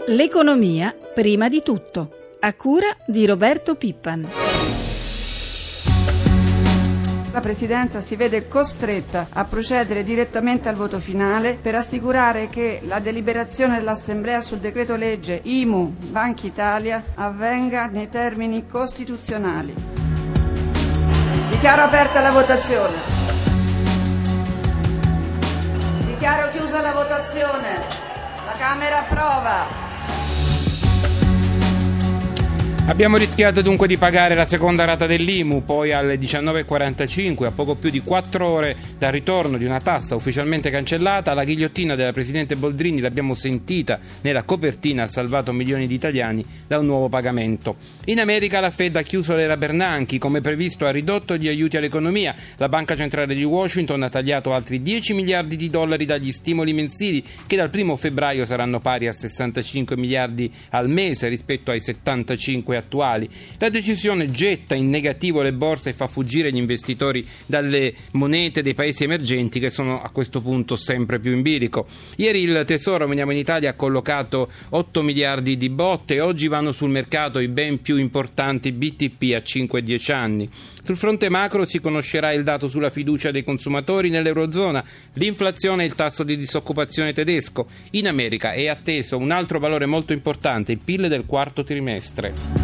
L'economia prima di tutto, a cura di Roberto Pippan. La Presidenza si vede costretta a procedere direttamente al voto finale per assicurare che la deliberazione dell'Assemblea sul decreto legge IMU Banca Italia avvenga nei termini costituzionali. Dichiaro aperta la votazione. Dichiaro chiusa la votazione. La Camera approva. Abbiamo rischiato dunque di pagare la seconda rata dell'IMU, poi alle 19.45, a poco più di 4 ore dal ritorno di una tassa ufficialmente cancellata, la ghigliottina della Presidente Boldrini l'abbiamo sentita nella copertina, ha salvato milioni di italiani da un nuovo pagamento. In America la Fed ha chiuso l'era Bernanke, come previsto ha ridotto gli aiuti all'economia, la Banca Centrale di Washington ha tagliato altri 10 miliardi di dollari dagli stimoli mensili che dal 1 febbraio saranno pari a 65 miliardi al mese rispetto ai 75 attuali. La decisione getta in negativo le borse e fa fuggire gli investitori dalle monete dei paesi emergenti che sono a questo punto sempre più in bilico. Ieri il Tesoro, veniamo in Italia, ha collocato 8 miliardi di botte e oggi vanno sul mercato i ben più importanti BTP a 5 e 10 anni. Sul fronte macro si conoscerà il dato sulla fiducia dei consumatori nell'Eurozona, l'inflazione e il tasso di disoccupazione tedesco. In America è atteso un altro valore molto importante, il PIL del quarto trimestre.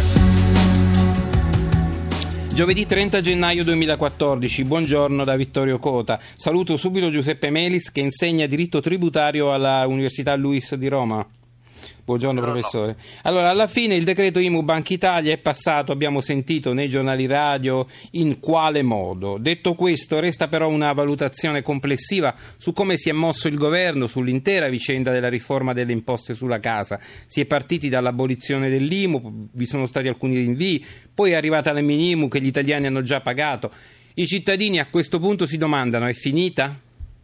Giovedì 30 gennaio 2014, buongiorno da Vittorio Cota. Saluto subito Giuseppe Melis che insegna diritto tributario alla Università Luis di Roma. Buongiorno professore. Allora, alla fine il decreto IMU Banca Italia è passato, abbiamo sentito nei giornali radio in quale modo. Detto questo, resta però una valutazione complessiva su come si è mosso il governo sull'intera vicenda della riforma delle imposte sulla casa. Si è partiti dall'abolizione dell'IMU, vi sono stati alcuni rinvii, poi è arrivata la mini-IMU che gli italiani hanno già pagato. I cittadini a questo punto si domandano: è finita?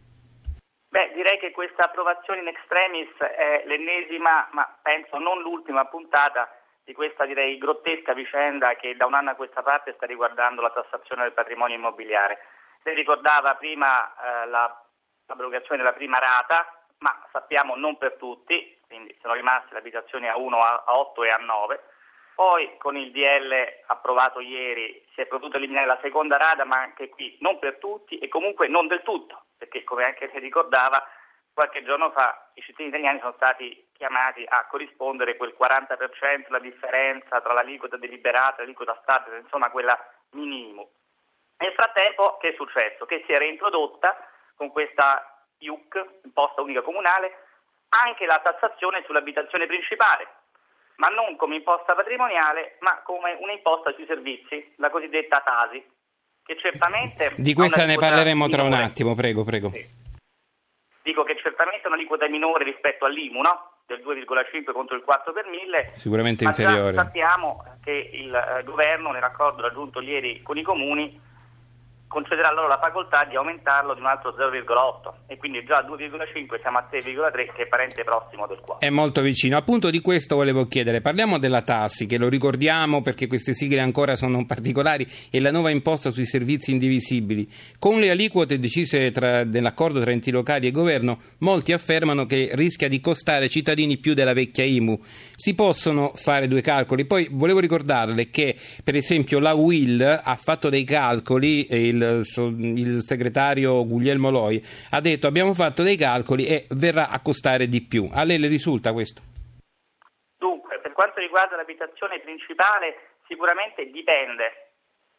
Direi che questa approvazione in extremis è l'ennesima, ma penso non l'ultima puntata di questa direi grottesca vicenda che da un anno a questa parte sta riguardando la tassazione del patrimonio immobiliare. Lei ricordava prima l'abrogazione della prima rata, ma sappiamo non per tutti, quindi sono rimaste le abitazioni A1, A8 e A9. Poi con il DL approvato ieri si è potuto eliminare la seconda rata, ma anche qui non per tutti e comunque non del tutto, perché come anche si ricordava qualche giorno fa i cittadini italiani sono stati chiamati a corrispondere quel 40%, la differenza tra l'aliquota deliberata e l'aliquota stabile, insomma quella minimo. Nel frattempo che è successo? Che si è reintrodotta con questa IUC, imposta unica comunale, anche la tassazione sull'abitazione principale, ma non come imposta patrimoniale, ma come un'imposta sui servizi, la cosiddetta TASI, che certamente... Di questa ne parleremo tra un attimo, prego. Sì. Dico che certamente è un'aliquota minore rispetto all'IMU, no? Del 2,5 contro il 4 per 1000. Sicuramente inferiore. Ma sappiamo che il governo, nell'accordo raggiunto ieri con i comuni, concederà loro la facoltà di aumentarlo di un altro 0,8 e quindi già a 2,5 siamo a 3,3 che è parente prossimo del 4. È molto vicino. Appunto di questo volevo chiedere. Parliamo della TASI, che lo ricordiamo perché queste sigle ancora sono particolari, e la nuova imposta sui servizi indivisibili. Con le aliquote decise nell'accordo tra enti locali e governo, molti affermano che rischia di costare ai cittadini più della vecchia IMU. Si possono fare due calcoli. Poi volevo ricordarle che per esempio la UIL ha fatto dei calcoli, il segretario Guglielmo Loi ha detto: abbiamo fatto dei calcoli e verrà a costare di più. A lei le risulta questo? Dunque, per quanto riguarda l'abitazione principale, sicuramente dipende,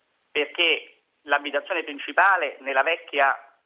perché l'abitazione principale nella vecchia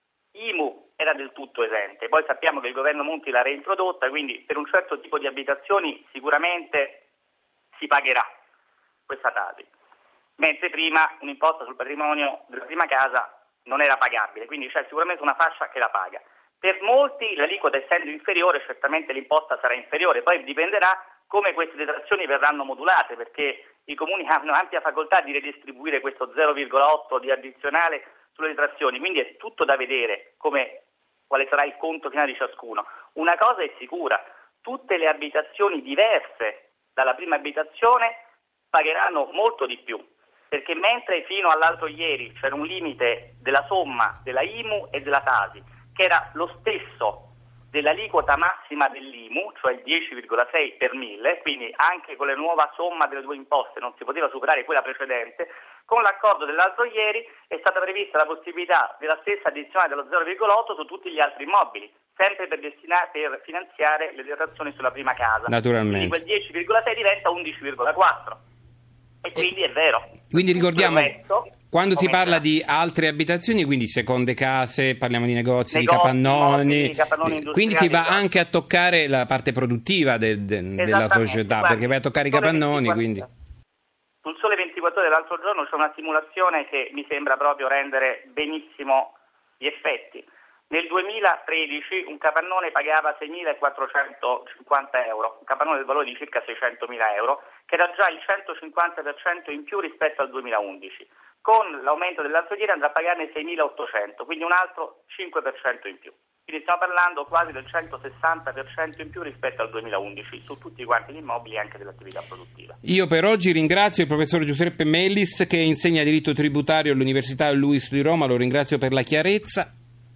IMU era del tutto esente. Poi sappiamo che il governo Monti l'ha reintrodotta, quindi per un certo tipo di abitazioni sicuramente si pagherà questa TASI. Mentre prima un'imposta sul patrimonio della prima casa non era pagabile, quindi c'è sicuramente una fascia che la paga. Per molti l'aliquota essendo inferiore, certamente l'imposta sarà inferiore, poi dipenderà come queste detrazioni verranno modulate, perché i comuni hanno ampia facoltà di redistribuire questo 0,8 di addizionale sulle detrazioni, quindi è tutto da vedere quale sarà il conto finale di ciascuno. Una cosa è sicura: tutte le abitazioni diverse dalla prima abitazione pagheranno molto di più. Perché mentre fino all'altro ieri c'era un limite della somma della IMU e della TASI, che era lo stesso dell'aliquota massima massima dell'IMU, cioè il 10,6 per 1000, quindi anche con la nuova somma delle due imposte non si poteva superare quella precedente. Con l'accordo dell'altro ieri è stata prevista la possibilità della stessa addizionale dello 0,8 su tutti gli altri immobili, sempre per finanziare le detrazioni sulla prima casa. Naturalmente. Quindi quel 10,6 diventa 11,4 e quindi è vero. Quindi ricordiamo, quando si parla di altre abitazioni, quindi seconde case, parliamo di negozi, di capannoni, quindi si va anche a toccare la parte produttiva della società, perché vai a toccare i capannoni. Quindi sul Sole 24 Ore l'altro giorno c'è una simulazione che mi sembra proprio rendere benissimo gli effetti. Nel 2013 un capannone pagava 6.450 euro, un capannone del valore di circa 600.000 euro, che era già il 150% in più rispetto al 2011. Con l'aumento dell'altro ieri andrà a pagarne 6.800, quindi un altro 5% in più. Quindi stiamo parlando quasi del 160% in più rispetto al 2011 su tutti quanti gli immobili e anche dell'attività produttiva. Io per oggi ringrazio il professor Giuseppe Mellis, che insegna diritto tributario all'Università Luis di Roma, lo ringrazio per la chiarezza.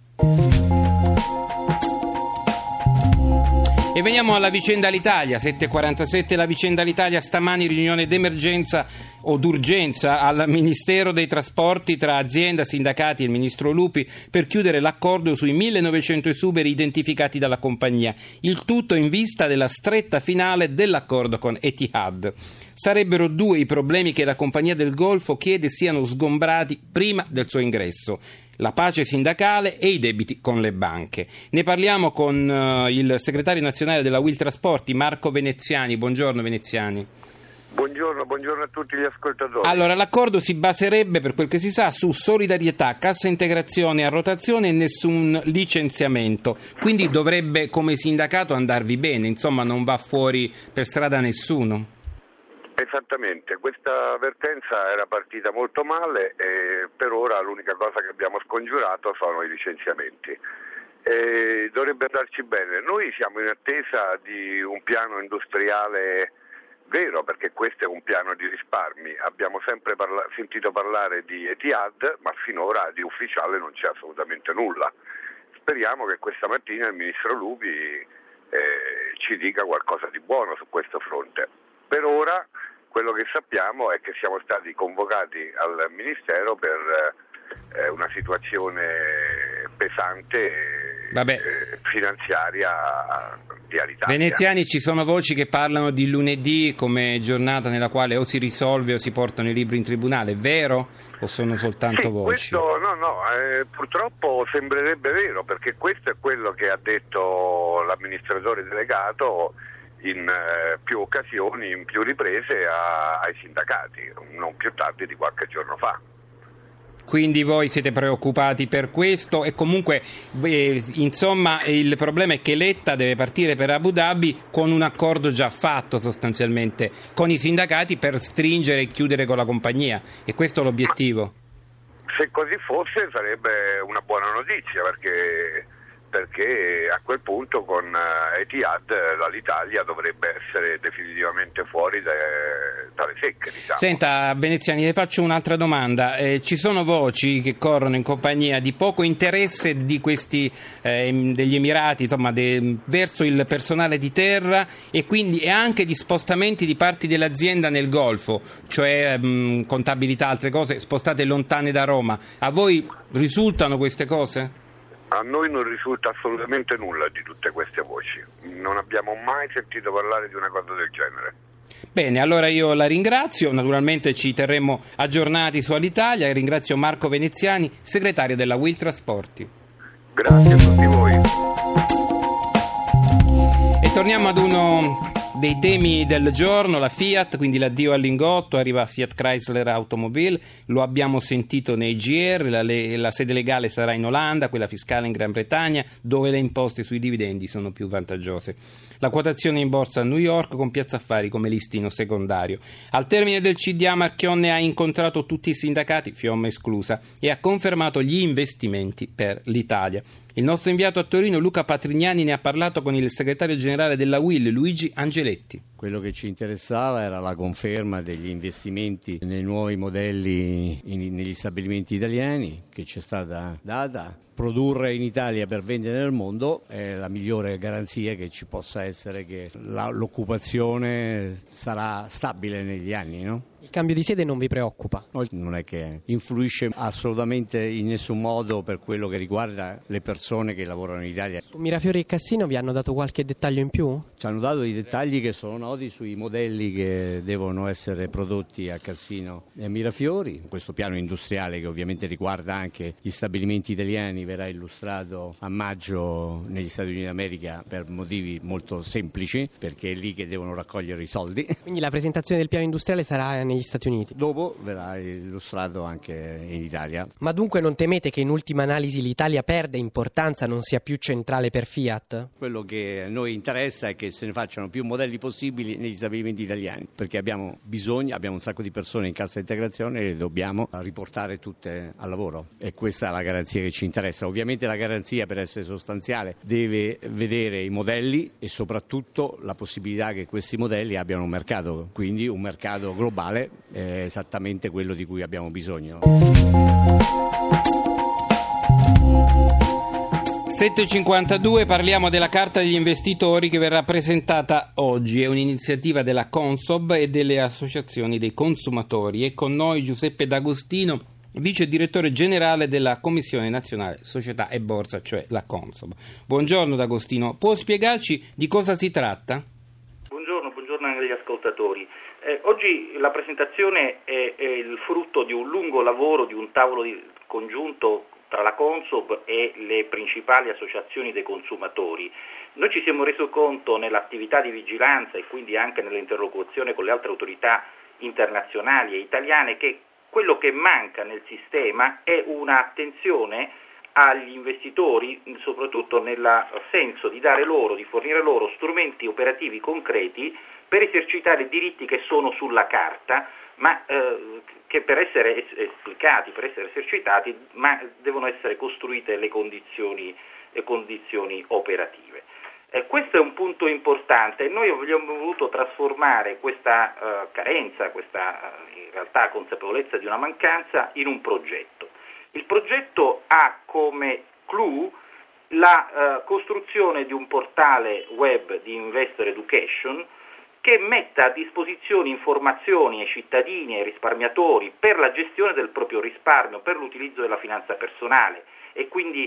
E veniamo alla vicenda all'Italia, 7.47, la vicenda all'Italia, stamani riunione d'emergenza o d'urgenza al Ministero dei Trasporti tra azienda, sindacati e il ministro Lupi per chiudere l'accordo sui 1.900 esuberi identificati dalla compagnia, il tutto in vista della stretta finale dell'accordo con Etihad. Sarebbero due i problemi che la compagnia del Golfo chiede siano sgombrati prima del suo ingresso: la pace sindacale e i debiti con le banche. Ne parliamo con il segretario nazionale della UIL Trasporti, Marco Veneziani. Buongiorno Veneziani. Buongiorno a tutti gli ascoltatori. Allora, l'accordo si baserebbe, per quel che si sa, su solidarietà, cassa integrazione a rotazione e nessun licenziamento. Quindi dovrebbe, come sindacato, andarvi bene, insomma non va fuori per strada nessuno. Esattamente, questa vertenza era partita molto male e per ora l'unica cosa che abbiamo scongiurato sono i licenziamenti. Dovrebbe andarci bene. Noi siamo in attesa di un piano industriale vero, perché questo è un piano di risparmi. Abbiamo sempre sentito parlare di Etihad, ma finora di ufficiale non c'è assolutamente nulla. Speriamo che questa mattina il ministro Lupi ci dica qualcosa di buono su questo fronte. Per ora quello che sappiamo è che siamo stati convocati al Ministero per una situazione pesante finanziaria di Alitalia. Veneziani, ci sono voci che parlano di lunedì come giornata nella quale o si risolve o si portano i libri in tribunale, vero? O sono soltanto voci? Questo purtroppo sembrerebbe vero, perché questo è quello che ha detto l'amministratore delegato in più occasioni, in più riprese ai sindacati, non più tardi di qualche giorno fa. Quindi voi siete preoccupati per questo e comunque insomma il problema è che Letta deve partire per Abu Dhabi con un accordo già fatto sostanzialmente con i sindacati per stringere e chiudere con la compagnia, e questo è l'obiettivo. Se così fosse sarebbe una buona notizia, perché a quel punto con Etihad l'Alitalia dovrebbe essere definitivamente fuori dalle secche, diciamo. Senta Veneziani, le faccio un'altra domanda. Ci sono voci che corrono in compagnia di poco interesse di questi degli Emirati, insomma, verso il personale di terra e quindi anche di spostamenti di parti dell'azienda nel Golfo, cioè contabilità, altre cose spostate lontane da Roma. A voi risultano queste cose? A noi non risulta assolutamente nulla di tutte queste voci, non abbiamo mai sentito parlare di una cosa del genere. Bene, allora io la ringrazio, naturalmente ci terremo aggiornati su Alitalia e ringrazio Marco Veneziani, segretario della UIL Trasporti. Grazie a tutti voi. E torniamo ad uno dei temi del giorno, la Fiat, quindi l'addio al lingotto, arriva Fiat Chrysler Automobile, lo abbiamo sentito nei GR, la sede legale sarà in Olanda, quella fiscale in Gran Bretagna, dove le imposte sui dividendi sono più vantaggiose. La quotazione in borsa a New York con Piazza Affari come listino secondario. Al termine del CDA Marchionne ha incontrato tutti i sindacati, Fiomma esclusa, e ha confermato gli investimenti per l'Italia. Il nostro inviato a Torino Luca Patrignani ne ha parlato con il segretario generale della UIL Luigi Angeletti. Quello che ci interessava era la conferma degli investimenti nei nuovi modelli negli stabilimenti italiani che ci è stata data. Produrre in Italia per vendere nel mondo è la migliore garanzia che ci possa essere che l'occupazione sarà stabile negli anni, no? Il cambio di sede non vi preoccupa? Non è che influisce assolutamente in nessun modo per quello che riguarda le persone che lavorano in Italia. Su Mirafiori e Cassino vi hanno dato qualche dettaglio in più? Ci hanno dato i dettagli che sono noti sui modelli che devono essere prodotti a Cassino e a Mirafiori. Questo piano industriale che ovviamente riguarda anche gli stabilimenti italiani verrà illustrato a maggio negli Stati Uniti d'America per motivi molto semplici, perché è lì che devono raccogliere i soldi. Quindi la presentazione del piano industriale sarà negli Stati Uniti? Dopo verrà illustrato anche in Italia. Ma dunque non temete che in ultima analisi l'Italia perda importanza, non sia più centrale per Fiat? Quello che a noi interessa è che se ne facciano più modelli possibili negli stabilimenti italiani, perché abbiamo bisogno, abbiamo un sacco di persone in cassa integrazione e le dobbiamo riportare tutte al lavoro, e questa è la garanzia che ci interessa. Ovviamente la garanzia, per essere sostanziale, deve vedere i modelli e soprattutto la possibilità che questi modelli abbiano un mercato, quindi un mercato globale è esattamente quello di cui abbiamo bisogno. 7.52, parliamo della Carta degli investitori che verrà presentata oggi. È un'iniziativa della Consob e delle associazioni dei consumatori. È con noi Giuseppe D'Agostino, vice direttore generale della Commissione Nazionale Società e Borsa, cioè la Consob. Buongiorno D'Agostino, può spiegarci di cosa si tratta? Buongiorno agli ascoltatori. Oggi la presentazione è il frutto di un lungo lavoro, di un tavolo congiunto tra la Consob e le principali associazioni dei consumatori. Noi ci siamo resi conto nell'attività di vigilanza e quindi anche nell'interlocuzione con le altre autorità internazionali e italiane che quello che manca nel sistema è un'attenzione agli investitori, soprattutto nel senso di dare loro, di fornire loro strumenti operativi concreti per esercitare diritti che sono sulla carta, ma che per essere esplicati, per essere esercitati, ma devono essere costruite le condizioni operative. Questo è un punto importante e noi abbiamo voluto trasformare questa carenza, questa in realtà consapevolezza di una mancanza, in un progetto. Il progetto ha come clou la costruzione di un portale web di Investor Education che metta a disposizione informazioni ai cittadini e ai risparmiatori per la gestione del proprio risparmio, per l'utilizzo della finanza personale e quindi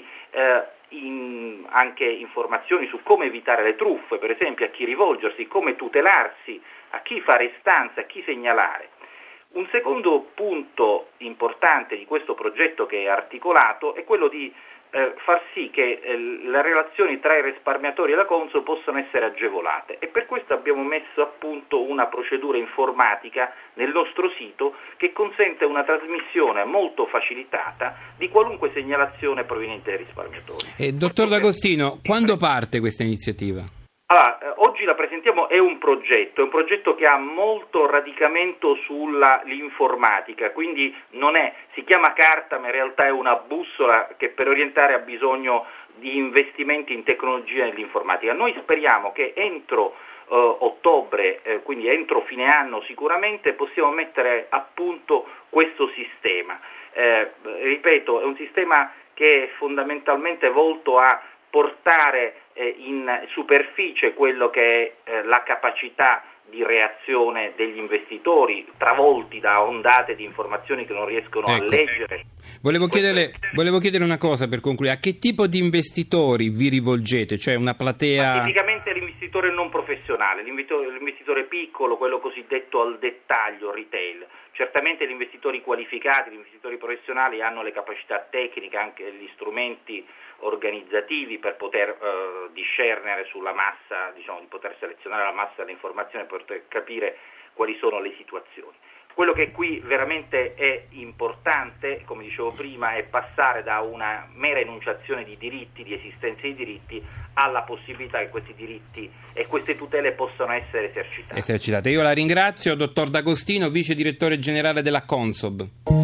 anche informazioni su come evitare le truffe, per esempio a chi rivolgersi, come tutelarsi, a chi fare istanza, a chi segnalare. Un secondo punto importante di questo progetto che è articolato è quello di far sì che le relazioni tra i risparmiatori e la Consob possano essere agevolate e per questo abbiamo messo a punto una procedura informatica nel nostro sito che consente una trasmissione molto facilitata di qualunque segnalazione proveniente dai risparmiatori. Dottor D'Agostino, quando parte questa iniziativa? Allora, oggi la presentiamo, è un progetto che ha molto radicamento sull'informatica, quindi si chiama carta ma in realtà è una bussola che per orientare ha bisogno di investimenti in tecnologia e nell'informatica. Noi speriamo che entro ottobre, quindi entro fine anno sicuramente, possiamo mettere a punto questo sistema. Ripeto, è un sistema che è fondamentalmente volto a portare in superficie quello che è la capacità di reazione degli investitori travolti da ondate di informazioni che non riescono a leggere. Volevo chiedere una cosa per concludere: a che tipo di investitori vi rivolgete? Cioè una platea... Tipicamente l'investitore non professionale, l'investitore piccolo, quello cosiddetto al dettaglio, retail. Certamente gli investitori qualificati, gli investitori professionali hanno le capacità tecniche, anche gli strumenti organizzativi per poter discernere sulla massa, di poter selezionare la massa delle informazioni, per poter capire quali sono le situazioni. Quello che qui veramente è importante, come dicevo prima, è passare da una mera enunciazione di diritti, di esistenza di diritti, alla possibilità che questi diritti e queste tutele possano essere esercitate. Io la ringrazio, dottor D'Agostino, vice direttore generale della Consob.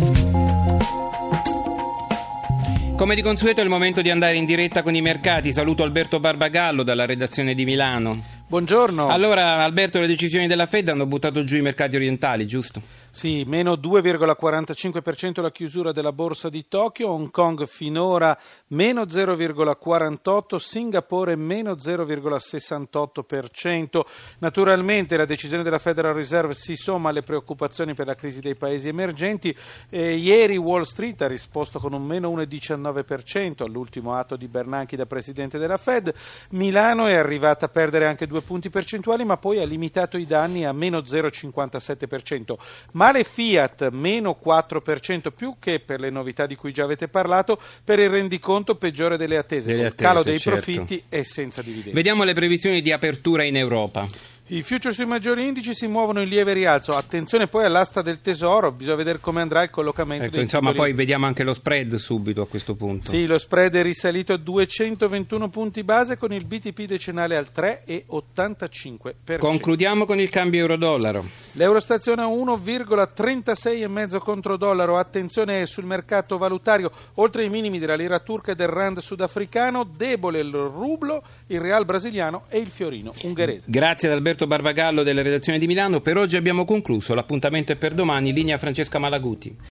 Come di consueto è il momento di andare in diretta con i mercati. Saluto Alberto Barbagallo dalla redazione di Milano. Buongiorno. Allora, Alberto, le decisioni della Fed hanno buttato giù i mercati orientali, giusto? Sì, meno 2,45% la chiusura della borsa di Tokyo, Hong Kong finora meno 0,48%, Singapore meno 0,68%. Naturalmente la decisione della Federal Reserve si somma alle preoccupazioni per la crisi dei paesi emergenti. Ieri Wall Street ha risposto con un meno 1,19% all'ultimo atto di Bernanke da presidente della Fed. Milano è arrivata a perdere anche 2 punti percentuali, ma poi ha limitato i danni a meno 0,57%. Male Fiat, meno 4%, più che per le novità di cui già avete parlato, per il rendiconto peggiore delle attese, il calo dei profitti e senza dividendi. Vediamo le previsioni di apertura in Europa. I future sui maggiori indici si muovono in lieve rialzo. Attenzione poi all'asta del tesoro, bisogna vedere come andrà il collocamento dei insomma, titoli. poi vediamo anche lo spread subito a questo punto. Sì, lo spread è risalito a 221 punti base con il BTP decennale al 3,85%. Concludiamo con il cambio euro-dollaro. L'euro staziona a 1,36,5 contro dollaro. Attenzione sul mercato valutario, oltre ai minimi della lira turca e del rand sudafricano, debole il rublo, il real brasiliano e il fiorino ungherese. Grazie ad Alberto Barbagallo della redazione di Milano. Per oggi abbiamo concluso, l'appuntamento è per domani. Linea Francesca Malaguti.